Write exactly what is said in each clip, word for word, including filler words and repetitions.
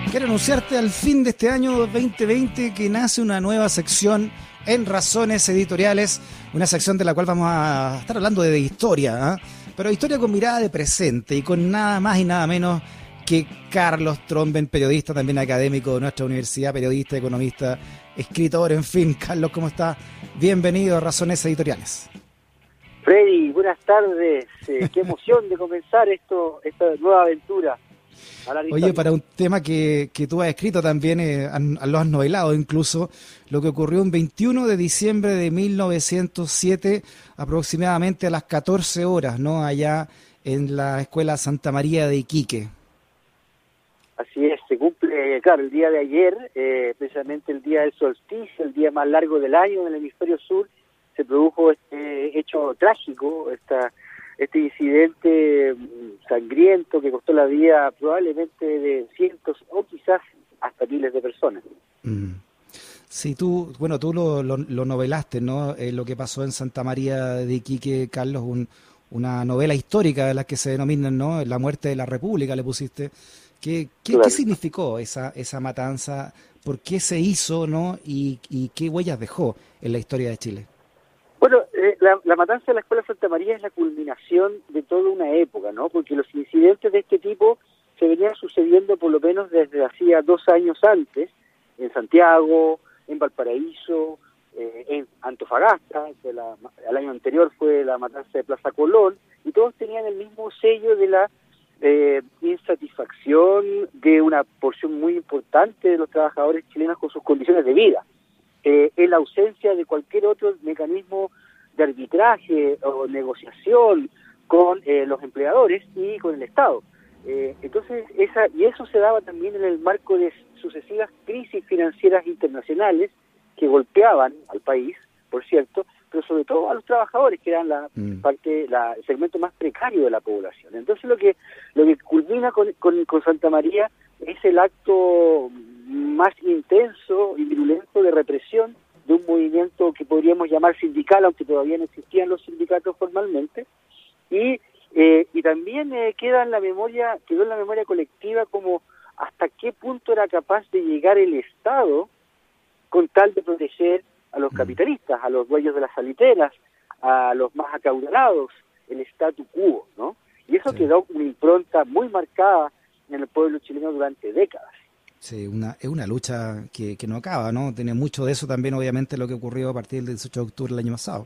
Quiero anunciarte al fin de este año veinte veinte que nace una nueva sección en Razones Editoriales, una sección de la cual vamos a estar hablando de, de historia, ¿eh? Pero historia con mirada de presente y con nada más y nada menos que Carlos Tromben, periodista, también académico de nuestra universidad, periodista, economista, escritor, en fin. Carlos, ¿cómo estás? Bienvenido a Razones Editoriales. Freddy, buenas tardes. Eh, qué emoción de comenzar esto, esta nueva aventura. Oye, para un tema que, que tú has escrito también, eh, lo has novelado incluso, lo que ocurrió un veintiuno de diciembre de mil novecientos siete, aproximadamente a las catorce horas, ¿no? Allá en la Escuela Santa María de Iquique. Así es, se cumple, claro, el día de ayer, eh, precisamente el día del solsticio, el día más largo del año en el hemisferio sur, se produjo este hecho trágico, esta este incidente sangriento que costó la vida probablemente de cientos o quizás hasta miles de personas. Mm. Sí, tú, bueno, tú lo, lo, lo novelaste, ¿no? Eh, lo que pasó en Santa María de Iquique, Carlos, un, una novela histórica de las que se denominan, ¿no? La muerte de la República, le pusiste. ¿Qué, qué, claro. ¿qué significó esa esa matanza? ¿Por qué se hizo, no? Y, y qué huellas dejó en la historia de Chile. Bueno, eh, la, la matanza de la Escuela Santa María es la culminación de toda una época, ¿no? Porque los incidentes de este tipo se venían sucediendo por lo menos desde hacía dos años antes, en Santiago, en Valparaíso, eh, en Antofagasta, que la, el año anterior fue la matanza de Plaza Colón, y todos tenían el mismo sello de la eh, insatisfacción de una porción muy importante de los trabajadores chilenos con sus condiciones de vida. Eh, en la ausencia de cualquier otro mecanismo de arbitraje o negociación con eh, los empleadores y con el Estado. Eh, entonces, esa y eso se daba también en el marco de sucesivas crisis financieras internacionales que golpeaban al país, por cierto, pero sobre todo a los trabajadores, que eran la mm. parte, la, el segmento más precario de la población. Entonces, lo que lo que culmina con, con, con Santa María es el acto más intenso y virulento de represión de un movimiento que podríamos llamar sindical, aunque todavía no existían los sindicatos formalmente, y eh, y también eh, queda en la memoria, quedó en la memoria colectiva como hasta qué punto era capaz de llegar el Estado con tal de proteger a los capitalistas, a los dueños de las saliteras, a los más acaudalados, el statu quo, ¿no? Y eso sí. Quedó una impronta muy marcada en el pueblo chileno durante décadas. Sí, una, es una lucha que, que no acaba, ¿no? Tiene mucho de eso también, obviamente, lo que ocurrió a partir del dieciocho de octubre del año pasado.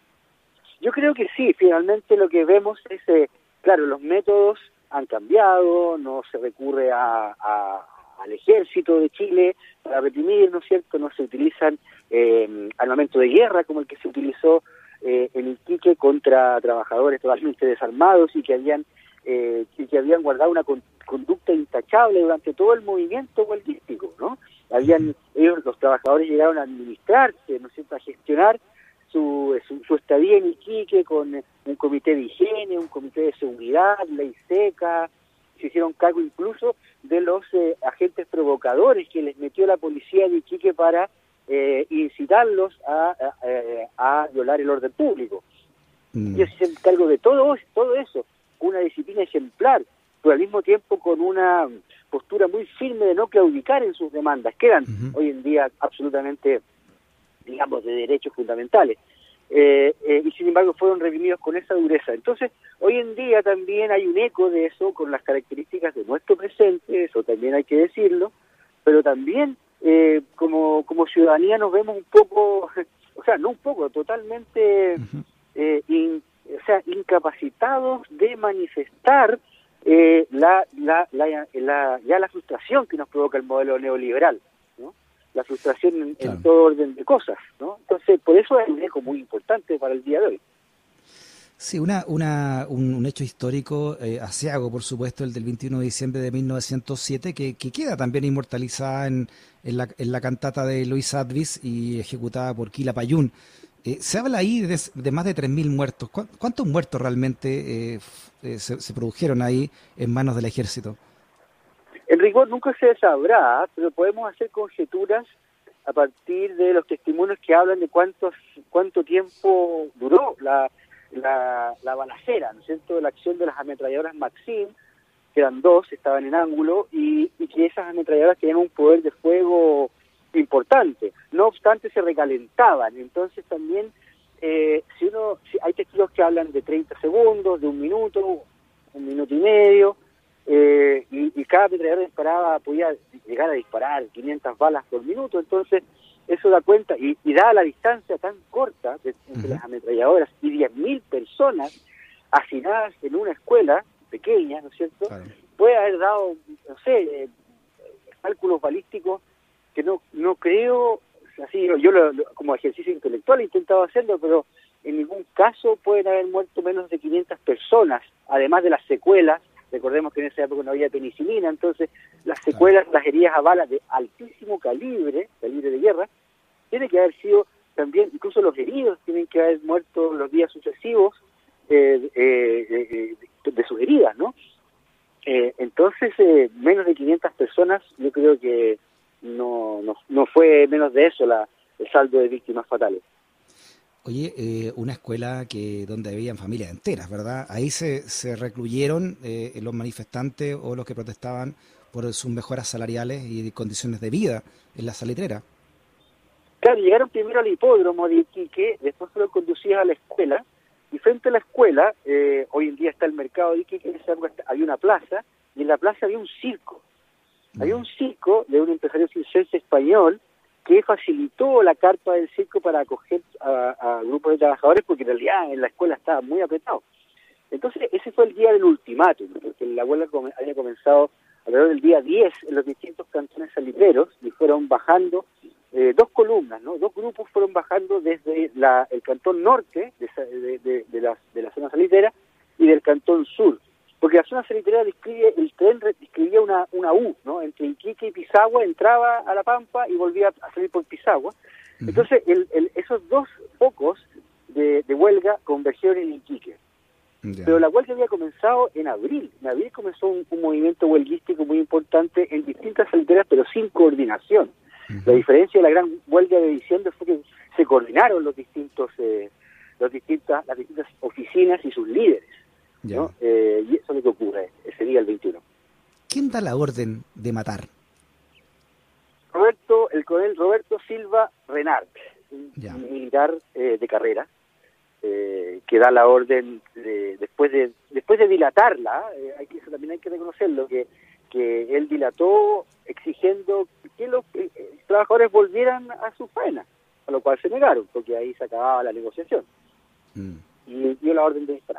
Yo creo que sí, finalmente lo que vemos es, eh, claro, los métodos han cambiado, no se recurre a, a, al ejército de Chile para reprimir, ¿no es cierto? No se utilizan eh, armamento de guerra como el que se utilizó eh, en Iquique contra trabajadores totalmente desarmados y que habían eh, que, que habían guardado una con, conducta intachable durante todo el movimiento huelguístico, ¿no? Habían ellos, los trabajadores llegaron a administrarse, ¿no es cierto?, a gestionar su, su, su estadía en Iquique con un comité de higiene, un comité de seguridad, ley seca, se hicieron cargo incluso de los eh, agentes provocadores que les metió la policía de Iquique para eh, incitarlos a, a, a violar el orden público. Mm. Ellos se hicieron cargo de todo, todo eso, una disciplina ejemplar, pero al mismo tiempo con una postura muy firme de no claudicar en sus demandas, que eran uh-huh. hoy en día absolutamente, digamos, de derechos fundamentales. Eh, eh, y sin embargo fueron reprimidos con esa dureza. Entonces, hoy en día también hay un eco de eso con las características de nuestro presente, eso también hay que decirlo, pero también eh, como, como ciudadanía nos vemos un poco, o sea, no un poco, totalmente uh-huh. eh, in, o sea, incapacitados de manifestar eh, la, la, la, la, ya la frustración que nos provoca el modelo neoliberal, ¿no? La frustración en, claro. en todo orden de cosas, ¿no? Entonces, por eso es un eco muy importante para el día de hoy. Sí, una, una, un, un hecho histórico, eh, aciago, por supuesto, el del veintiuno de diciembre de mil novecientos siete, que, que queda también inmortalizada en, en, la, en la cantata de Luis Advis y ejecutada por Quilapayún. Eh, se habla ahí de, de más de tres mil muertos. ¿Cuántos muertos realmente eh, eh, se, se produjeron ahí en manos del ejército? En rigor nunca se sabrá, pero podemos hacer conjeturas a partir de los testimonios que hablan de cuántos, cuánto tiempo duró la, la, la balacera, ¿no es cierto?, la acción de las ametralladoras Maxim, que eran dos, estaban en ángulo, y, y que esas ametralladoras tenían un poder de fuego importante. No obstante, se recalentaban. Entonces también, eh, si uno si hay testigos que hablan de treinta segundos, de un minuto, un minuto y medio, eh, y, y cada ametralladora disparaba, podía llegar a disparar quinientas balas por minuto. Entonces, eso da cuenta, y, y dada la distancia tan corta de, entre uh-huh. las ametralladoras y diez mil personas hacinadas en una escuela pequeña, ¿no es cierto? Claro. Puede haber dado, no sé, eh, cálculos balísticos que no no creo, así yo, yo lo, lo, como ejercicio intelectual he intentado hacerlo, pero en ningún caso pueden haber muerto menos de quinientas personas, además de las secuelas. Recordemos que en esa época no había penicilina, entonces las secuelas, claro. las heridas a balas de altísimo calibre, calibre de guerra, tiene que haber sido también, incluso los heridos tienen que haber muerto los días sucesivos eh, eh, eh, de, de sus heridas, ¿no? Eh, entonces, eh, menos de quinientas personas, yo creo que no no, no fue menos de eso la, el saldo de víctimas fatales. Oye, eh, una escuela que donde habían familias enteras, ¿verdad? Ahí se, se recluyeron eh, los manifestantes o los que protestaban por sus mejoras salariales y condiciones de vida en la salitrera. Claro, llegaron primero al hipódromo de Iquique, después fueron conducidos a la escuela, y frente a la escuela, eh, hoy en día está el mercado de Iquique, en esa época había una plaza, y en la plaza había un circo. Mm. Había un circo de un empresario circense español que facilitó la carpa del circo para acoger a, a grupos de trabajadores, porque en realidad en la escuela estaba muy apretado. Entonces ese fue el día del ultimátum, porque la huelga com- había comenzado alrededor del día diez en los distintos cantones salitreros, y fueron bajando eh, dos columnas, ¿no? Dos grupos fueron bajando desde la, el cantón norte de, de, de, de, la, de la zona salitrera y del cantón sur. Porque la zona salitrera describe, el tren describía una, una U, ¿no? Entre Iquique y Pisagua, entraba a La Pampa y volvía a salir por Pisagua. Uh-huh. Entonces, el, el, esos dos focos de, de huelga convergieron en Iquique. Yeah. Pero la huelga había comenzado en abril. En abril comenzó un, un movimiento huelguístico muy importante en distintas saliteras, pero sin coordinación. Uh-huh. La diferencia de la gran huelga de diciembre fue que se coordinaron los distintos, eh, los distintas, las distintas oficinas y sus líderes. ¿No? Eh, y eso es lo que ocurre ese día, el veintiuno. ¿Quién da la orden de matar? Roberto, el coronel Roberto Silva Renart, un ya. militar eh, de carrera, eh, que da la orden de, después de después de dilatarla, eh, hay que, eso también hay que reconocerlo, que, que él dilató exigiendo que los eh, trabajadores volvieran a su faena, a lo cual se negaron, porque ahí se acababa la negociación. Mm. Y dio la orden de disparar.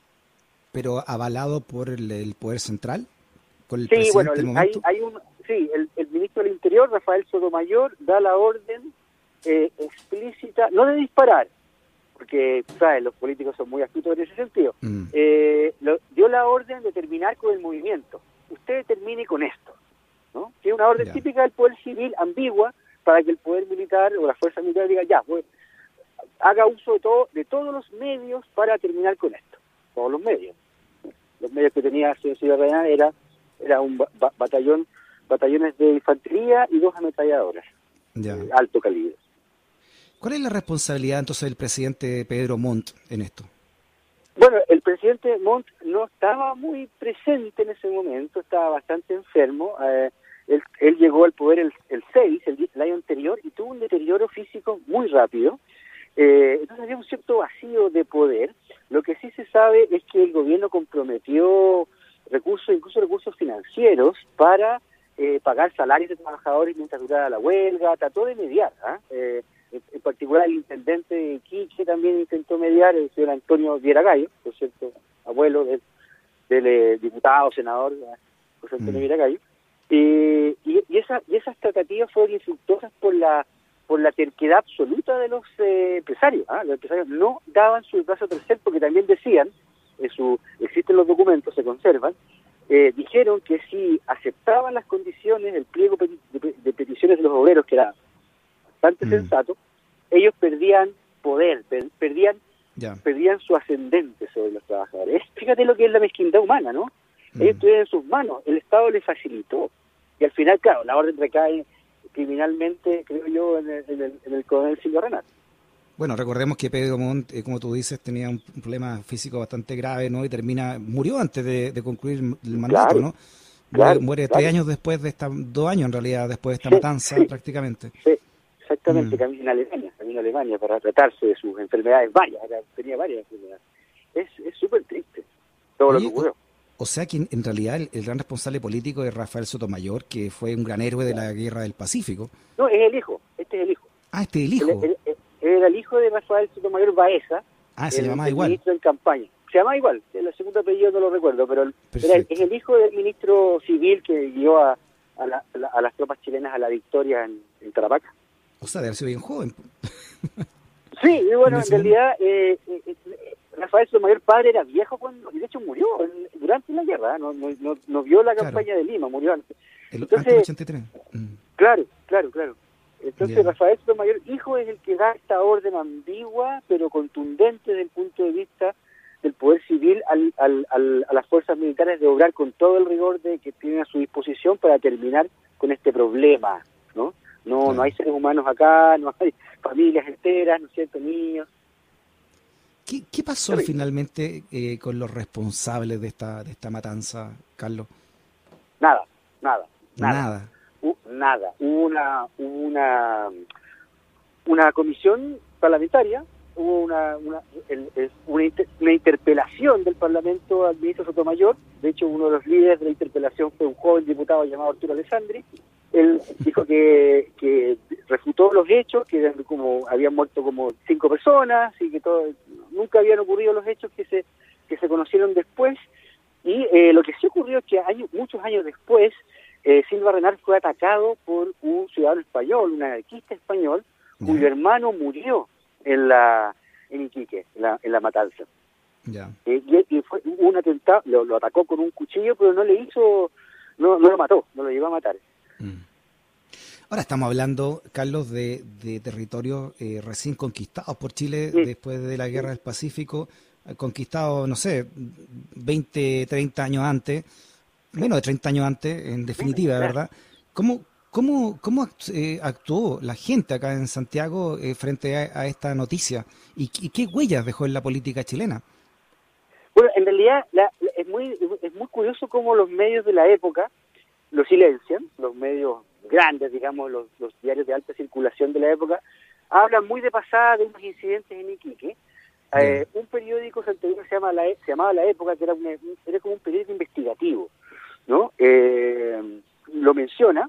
¿Pero avalado por el, el Poder Central? ¿Por el sí, bueno, el, hay, hay un, sí, el, el ministro del Interior, Rafael Sotomayor, da la orden eh, explícita, no de disparar, porque, ¿sabes?, los políticos son muy astutos en ese sentido, mm. eh, lo, dio la orden de terminar con el movimiento. Usted termine con esto, ¿no? Que es una orden ya. típica del Poder Civil, ambigua, para que el Poder Militar o la Fuerza Militar diga, ya, pues, haga uso de, todo, de todos los medios para terminar con esto. Todos los medios. Los medios que tenía el señor Silva Renart era, era un ba- batallón, batallones de infantería y dos ametralladoras de alto calibre. ¿Cuál es la responsabilidad entonces del presidente Pedro Montt en esto? Bueno, el presidente Montt no estaba muy presente en ese momento, estaba bastante enfermo. Eh, él, él llegó al poder el, el seis, el, el año anterior, y tuvo un deterioro físico muy rápido. Eh, entonces había un cierto vacío de poder. Lo que sí se sabe es que el gobierno comprometió recursos, incluso recursos financieros, para eh, pagar salarios de trabajadores mientras durara la huelga, trató de mediar. ¿eh? Eh, en particular el intendente de Iquique también intentó mediar, el señor Antonio Viera Gallo, por cierto, abuelo del, del eh, diputado, senador José Antonio mm. Viera Gallo. Eh, y, y, esa, y esas tratativas fueron infructuosas por la por la terquedad absoluta de los eh, empresarios. ¿eh? Los empresarios no daban su brazo a torcer, porque también decían, en su, existen los documentos, se conservan, eh, dijeron que si aceptaban las condiciones, el pliego de, de, de peticiones de los obreros, que era bastante mm. sensato, ellos perdían poder, per, perdían yeah. perdían su ascendente sobre los trabajadores. Es, fíjate lo que es la mezquindad humana, ¿no? Mm. Ellos tuvieron en sus manos, el Estado les facilitó, y al final, claro, la orden recae criminalmente, creo yo, en el, en el, en el coronel Silva Renart. Bueno, recordemos que Pedro Montt, eh, como tú dices, tenía un, un problema físico bastante grave, ¿no? Y termina, murió antes de, de concluir el mandato, Claro, ¿no? Muere, claro, muere claro. tres años después de esta, dos años en realidad, después de esta Sí, matanza sí, prácticamente. sí, exactamente, Mm. camino en Alemania, camino a Alemania para tratarse de sus enfermedades varias, era- tenía varias enfermedades. Es es súper triste todo lo que Oye, o, ocurrió. o sea que en, en realidad el, el gran responsable político es Rafael Sotomayor, que fue un gran héroe de Claro. la Guerra del Pacífico. No, es el hijo, este es el hijo. Ah, este es el Él, hijo. él- él- era el hijo de Rafael Sotomayor Baeza, Ah, se el, llamaba el igual. ministro en campaña. Se llama igual, el segundo apellido no lo recuerdo, pero el- era, es Perfecto. el hijo del ministro civil que guió a, a, la- a la- a las tropas chilenas a la victoria en, en Tarapacá. O sea, de haber sido bien joven. Sí, y En bueno, en ese momento. realidad eh, eh, eh, Rafael Sotomayor padre era viejo cuando, y de hecho murió en- durante la guerra, ¿eh? no, no, no, no vio la Claro, campaña de Lima, murió antes. el, antes del Entonces, ochenta y tres. Mm, claro, claro, claro. Entonces ya. Rafael Sotomayor, hijo, es el que da esta orden ambigua, pero contundente desde el punto de vista del poder civil al, al, al, a las fuerzas militares de obrar con todo el rigor de que tienen a su disposición para terminar con este problema, ¿no? No, Claro. no hay seres humanos acá, no hay familias enteras, ¿no es cierto?, niños. ¿Qué, qué pasó Terrible. finalmente eh, con los responsables de esta, de esta matanza, Carlos? Nada, nada, nada. Nada. Uh, nada. Hubo una, hubo una, una comisión parlamentaria, hubo una, una, el- el- una, inter- una interpelación del Parlamento al ministro Sotomayor. De hecho, uno de los líderes de la interpelación fue un joven diputado llamado Arturo Alessandri. Él dijo que, que refutó los hechos, que eran como habían muerto como cinco personas y que todo, nunca habían ocurrido los hechos que se que se conocieron después. Y eh, lo que sí ocurrió es que años, muchos años después, eh, Silva Renard fue atacado por un ciudadano español, un anarquista español, Ya. cuyo hermano murió en la en Iquique, en la, en la matanza. Ya. Eh, y, y fue hubo un atentado, lo, lo atacó con un cuchillo, pero no le hizo, no, no lo mató, no lo llevó a matar. Mm. Ahora estamos hablando, Carlos, de, de territorios eh, recién conquistados por Chile Sí, después de la Guerra del Pacífico, eh, conquistados, no sé, veinte, treinta años antes, menos de treinta años antes, en definitiva, claro. ¿verdad? ¿Cómo, cómo, cómo act- eh, actuó la gente acá en Santiago eh, frente a, a esta noticia? ¿Y, y qué huellas dejó en la política chilena? Bueno, en realidad la- la- es muy es muy curioso cómo los medios de la época lo silencian, los medios grandes, digamos, los, los diarios de alta circulación de la época, hablan muy de pasada de unos incidentes en Iquique. Eh, un periódico santiaguino se, llama la, E- se llamaba La Época, que era, un, era como un periódico investigativo, ¿no? Eh, lo menciona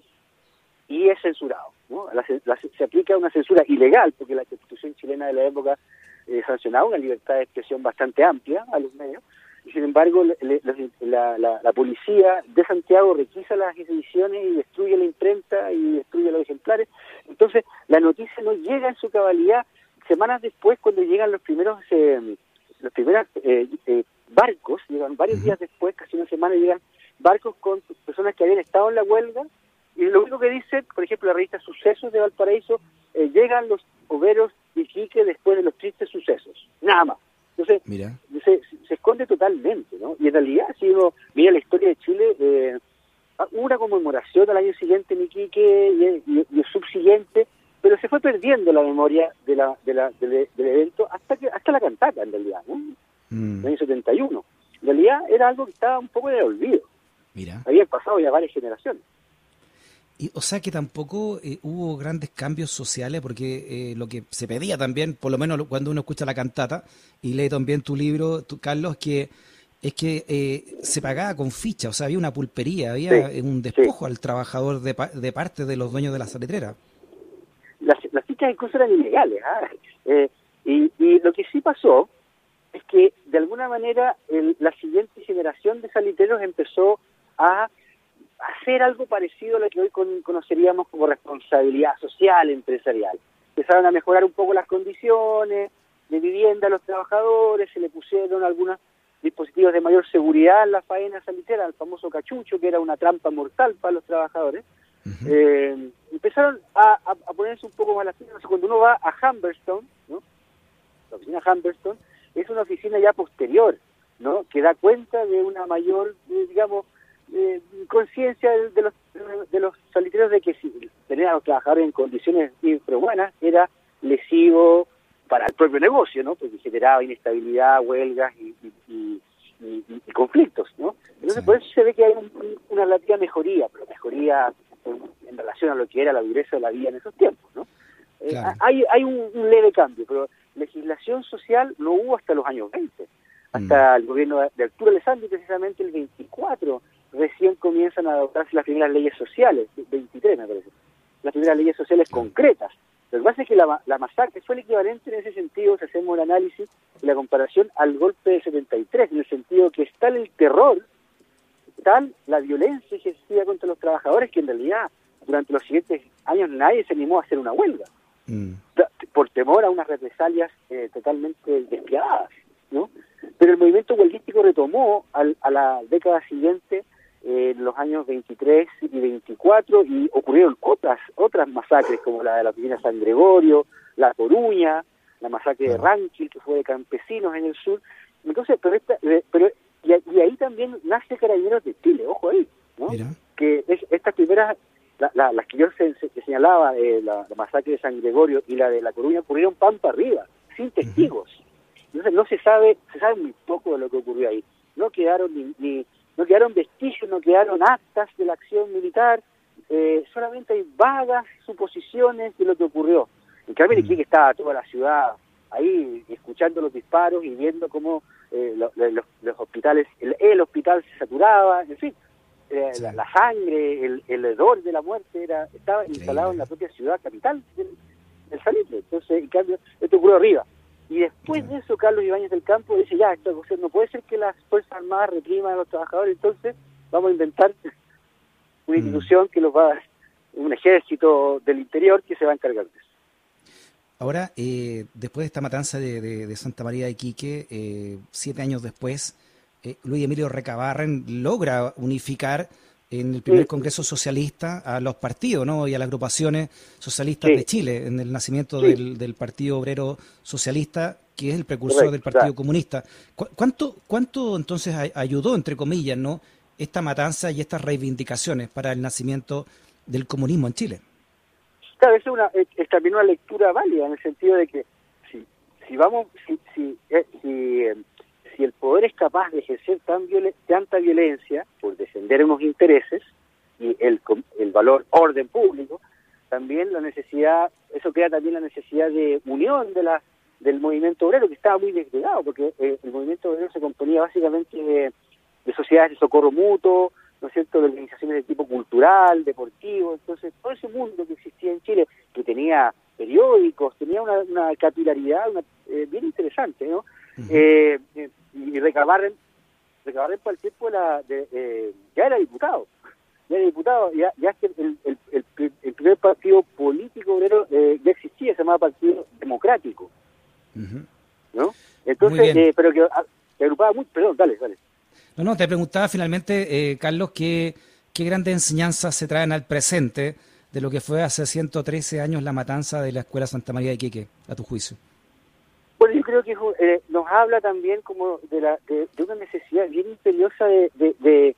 y es censurado, ¿no? La, la- se aplica una censura ilegal, porque la Constitución chilena de la época eh, sancionaba una libertad de expresión bastante amplia a los medios, y sin embargo le- le- la, la, la policía de Santiago requisa las ediciones y destruye la imprenta y destruye los ejemplares. Entonces la noticia no llega en su cabalidad. Semanas después, cuando llegan los primeros eh, los primeros eh, eh, barcos, llegan varios Ujú. días después, casi una semana, llegan barcos con personas que habían estado en la huelga, y lo único que dice, por ejemplo, la revista Sucesos de Valparaíso, eh, llegan los obreros de Iquique después de los tristes sucesos, nada más. Entonces, Mira, se, se esconde totalmente, ¿no? Y en realidad, si uno mira la historia de Chile, eh, hubo una conmemoración al año siguiente en Iquique y, y, y el subsiguiente, pero se fue perdiendo la memoria de la, de la, del, del evento hasta que hasta la cantata, en realidad, ¿no? En mm, el año setenta y uno. En realidad era algo que estaba un poco de olvido. mira. Habían pasado ya varias generaciones. Y, o sea que tampoco eh, hubo grandes cambios sociales, porque eh, lo que se pedía también, por lo menos lo- cuando uno escucha la cantata y lee también tu libro, tu, Carlos, que es que eh, se pagaba con ficha, o sea, había una pulpería, había Sí, eh, un sí. despojo al trabajador de, pa- de parte de los dueños de la salitreras. Las, las fichas incluso eran ilegales. ¿ah? Eh, y, y lo que sí pasó es que, de alguna manera, el- la siguiente generación de salitreros empezó a hacer algo parecido a lo que hoy con- conoceríamos como responsabilidad social empresarial. Empezaron a mejorar un poco las condiciones de vivienda a los trabajadores, se le pusieron algunos dispositivos de mayor seguridad en la faena salitrera, el famoso cachucho, que era una trampa mortal para los trabajadores. Ujú. Eh, empezaron a, a, a ponerse un poco más las pilas. Cuando uno va a Humberstone, ¿no? La oficina Humberstone es una oficina ya posterior, ¿no? Que da cuenta de una mayor, eh, digamos, eh, conciencia de, de los de los salitreros, de que si tener a los trabajadores en condiciones infrahumanas era lesivo, para el propio negocio, ¿no? Porque generaba inestabilidad, huelgas y, y, y, y, y conflictos, ¿no? Entonces, sí. Por eso se ve que hay un, una relativa mejoría, pero mejoría en, en relación a lo que era la dureza de la vida en esos tiempos, ¿no? Claro. Eh, hay hay un, un leve cambio, pero legislación social no hubo hasta los años veinte. Hasta mm. el gobierno de Arturo Alessandri, precisamente el veinticuatro, recién comienzan a adoptarse las primeras leyes sociales, veintitrés me parece, las primeras leyes sociales mm. concretas. Lo que pasa es que la, la masacre fue el equivalente en ese sentido, si hacemos el análisis y la comparación al golpe del setenta y tres, en el sentido que es tal el terror, tal la violencia ejercida contra los trabajadores, que en realidad durante los siguientes años nadie se animó a hacer una huelga, mm. por temor a unas represalias eh, totalmente despiadadas, ¿no? Pero el movimiento huelguístico retomó al, a la década siguiente, eh, en los años veintitrés y veinticuatro, y ocurrieron otras otras masacres, como la de la oficina San Gregorio, La Coruña, la masacre de Ranquil, que fue de campesinos en el sur. Entonces, pero, esta, eh, pero y, y ahí también nace Carabineros de Chile, ojo ahí, ¿no? Mira. Que es, estas primeras, la, la, las que yo se, se, señalaba, eh, la, la masacre de San Gregorio y la de La Coruña, ocurrieron pan para arriba, sin testigos. Uh-huh. Entonces no se sabe, se sabe muy poco de lo que ocurrió ahí. No quedaron ni, ni no quedaron vestigios, no quedaron actas de la acción militar, eh, solamente hay vagas suposiciones de lo que ocurrió. En cambio, aquí que estaba toda la ciudad ahí escuchando los disparos y viendo cómo eh, lo, los, los hospitales, el, el hospital se saturaba, en fin, eh, sí. la, la sangre, el, el hedor de la muerte era estaba sí. instalado en la propia ciudad capital del, del Salitre. Entonces, en cambio, esto ocurrió arriba. Y después de eso, Carlos Ibáñez del Campo dice, ya, esto no puede ser que las Fuerzas Armadas repriman a los trabajadores, entonces vamos a inventar una institución mm. que los va a dar, un ejército del interior que se va a encargar de eso. Ahora, eh, después de esta matanza de, de, de Santa María de Iquique, eh, siete años después, eh, Luis Emilio Recabarren logra unificar en el primer sí. Congreso Socialista a los partidos, ¿no? Y a las agrupaciones socialistas sí. de Chile, en el nacimiento sí. del, del Partido Obrero Socialista, que es el precursor Correcto, del Partido claro. Comunista. ¿Cu- ¿Cuánto, cuánto entonces a- ayudó, entre comillas, ¿no?, esta matanza y estas reivindicaciones para el nacimiento del comunismo en Chile? Claro, es, una, es, es también una lectura válida, en el sentido de que si, si vamos, si, si, eh, si eh, si el poder es capaz de ejercer tan violen- tanta violencia por defender unos intereses y el, el valor orden público, también la necesidad, eso crea también la necesidad de unión de la del movimiento obrero, que estaba muy desgregado, porque eh, el movimiento obrero se componía básicamente de, de sociedades de socorro mutuo, ¿no es cierto?, de organizaciones de tipo cultural, deportivo. Entonces todo ese mundo que existía en Chile, que tenía periódicos, tenía una, una capilaridad una, eh, bien interesante, ¿no? Uh-huh. Eh, eh, y Recabarren, Recabarren por el tiempo de la, de, eh, ya era diputado, ya era diputado, ya, ya es que el, el, el, el primer partido político obrero eh, ya existía, se llamaba Partido Democrático, uh-huh. ¿no? Entonces, eh, pero que, que agrupaba mucho, perdón, dale, dale. No, no, te preguntaba finalmente, eh, Carlos, ¿qué, qué grandes enseñanzas se traen al presente de lo que fue hace ciento trece años la matanza de la Escuela Santa María de Iquique, a tu juicio? Bueno, yo creo que eh, nos habla también como de, la, de, de una necesidad bien imperiosa de, de, de,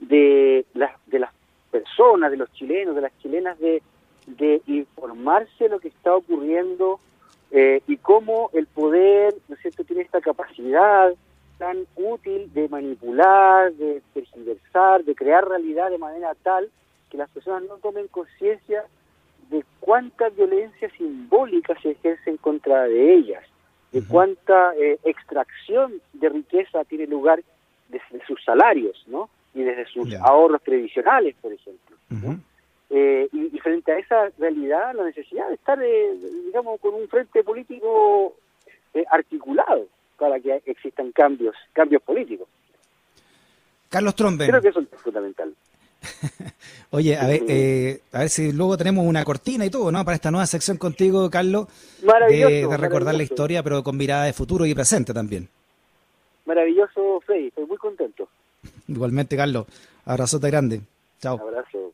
de, las, de las personas, de los chilenos, de las chilenas, de, de informarse de lo que está ocurriendo eh, y cómo el poder, ¿no es cierto?, tiene esta capacidad tan útil de manipular, de tergiversar, de crear realidad de manera tal que las personas no tomen conciencia de cuánta violencia simbólica se ejerce en contra de ellas, de uh-huh. cuánta eh, extracción de riqueza tiene lugar desde sus salarios, ¿no? Y desde sus yeah. ahorros previsionales, por ejemplo, uh-huh. ¿no? Eh, y, y frente a esa realidad, la necesidad de estar, eh, digamos, con un frente político eh, articulado para que existan cambios, cambios políticos. Carlos Tromben. Creo que eso es fundamental. Oye, a ver, eh, a ver si luego tenemos una cortina y todo, ¿no?, para esta nueva sección contigo, Carlos, maravilloso, de, de recordar maravilloso. la historia, pero con mirada de futuro y presente también. Maravilloso, Freddy, estoy muy contento. Igualmente, Carlos, abrazote grande. Chao. Abrazo.